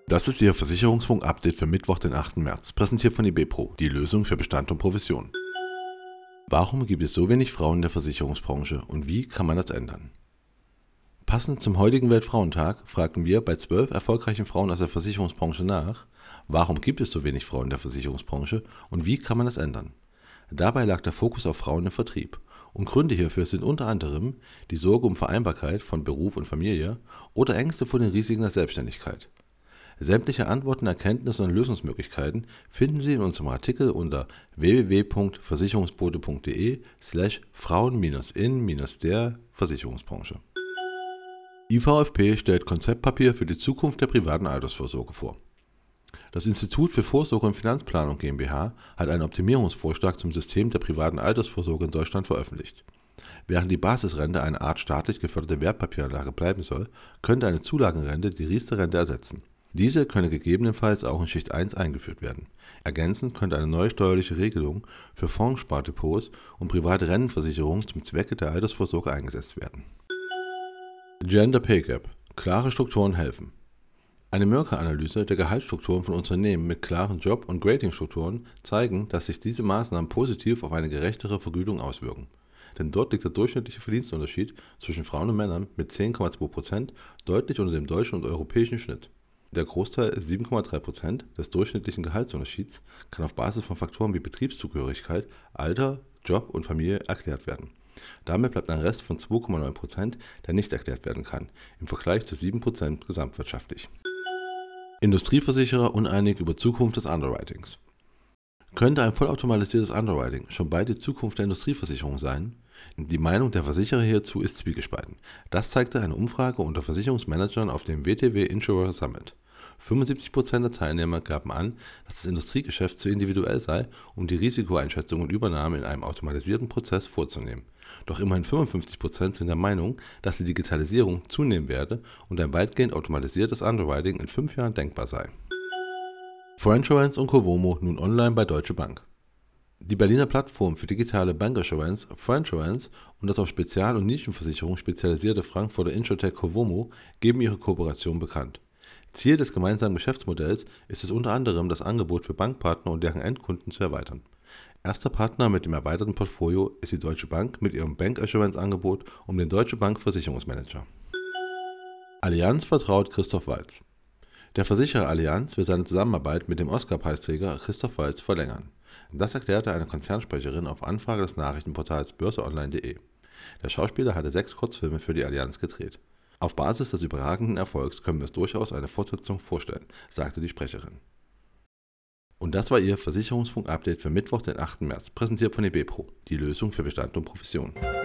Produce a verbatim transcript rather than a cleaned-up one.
Das ist Ihr Versicherungsfunk-Update für Mittwoch, den achten März, präsentiert von IBPRO, die Lösung für Bestand und Provision. Warum gibt es so wenig Frauen in der Versicherungsbranche und wie kann man das ändern? Passend zum heutigen Weltfrauentag fragten wir bei zwölf erfolgreichen Frauen aus der Versicherungsbranche nach, warum gibt es so wenig Frauen in der Versicherungsbranche und wie kann man das ändern? Dabei lag der Fokus auf Frauen im Vertrieb und Gründe hierfür sind unter anderem die Sorge um Vereinbarkeit von Beruf und Familie oder Ängste vor den Risiken der Selbstständigkeit. Sämtliche Antworten, Erkenntnisse und Lösungsmöglichkeiten finden Sie in unserem Artikel unter w w w punkt versicherungsbote punkt d e slash frauen in der Versicherungsbranche. I V F P stellt Konzeptpapier für die Zukunft der privaten Altersvorsorge vor. Das Institut für Vorsorge und Finanzplanung GmbH hat einen Optimierungsvorschlag zum System der privaten Altersvorsorge in Deutschland veröffentlicht. Während die Basisrente eine Art staatlich geförderte Wertpapieranlage bleiben soll, könnte eine Zulagenrente die Riester-Rente ersetzen. Diese könne gegebenenfalls auch in Schicht eins eingeführt werden. Ergänzend könnte eine neue steuerliche Regelung für Fondsspardepots und private Rentenversicherungen zum Zwecke der Altersvorsorge eingesetzt werden. Gender Pay Gap – klare Strukturen helfen. Eine Mercer-Analyse der Gehaltsstrukturen von Unternehmen mit klaren Job- und Grading-Strukturen zeigen, dass sich diese Maßnahmen positiv auf eine gerechtere Vergütung auswirken. Denn dort liegt der durchschnittliche Verdienstunterschied zwischen Frauen und Männern mit zehn Komma zwei Prozent deutlich unter dem deutschen und europäischen Schnitt. Der Großteil, sieben Komma drei Prozent des durchschnittlichen Gehaltsunterschieds, kann auf Basis von Faktoren wie Betriebszugehörigkeit, Alter, Job und Familie erklärt werden. Damit bleibt ein Rest von zwei Komma neun Prozent, der nicht erklärt werden kann, im Vergleich zu sieben Prozent gesamtwirtschaftlich. Industrieversicherer uneinig über Zukunft des Underwritings. Könnte ein vollautomatisiertes Underwriting schon bald die Zukunft der Industrieversicherung sein? Die Meinung der Versicherer hierzu ist zwiegespalten. Das zeigte eine Umfrage unter Versicherungsmanagern auf dem W T W Insurer Summit. fünfundsiebzig Prozent der Teilnehmer gaben an, dass das Industriegeschäft zu individuell sei, um die Risikoeinschätzung und Übernahme in einem automatisierten Prozess vorzunehmen. Doch immerhin fünfundfünfzig Prozent sind der Meinung, dass die Digitalisierung zunehmen werde und ein weitgehend automatisiertes Underwriting in fünf Jahren denkbar sei. Franchise und Covomo nun online bei Deutsche Bank. Die Berliner Plattform für digitale Bankassurance, Franchise und das auf Spezial- und Nischenversicherung spezialisierte Frankfurter Insurtech Covomo geben ihre Kooperation bekannt. Ziel des gemeinsamen Geschäftsmodells ist es unter anderem, das Angebot für Bankpartner und deren Endkunden zu erweitern. Erster Partner mit dem erweiterten Portfolio ist die Deutsche Bank mit ihrem Bank-Assurance-Angebot um den Deutsche Bank Versicherungsmanager. Allianz vertraut Christoph Waltz. Der Versicherer Allianz will seine Zusammenarbeit mit dem Oscar-Preisträger Christoph Waltz verlängern. Das erklärte eine Konzernsprecherin auf Anfrage des Nachrichtenportals börseonline punkt de. Der Schauspieler hatte sechs Kurzfilme für die Allianz gedreht. Auf Basis des überragenden Erfolgs können wir uns durchaus eine Fortsetzung vorstellen, sagte die Sprecherin. Und das war Ihr Versicherungsfunk-Update für Mittwoch, den achten März, präsentiert von IBPRO, die Lösung für Bestand und Provision.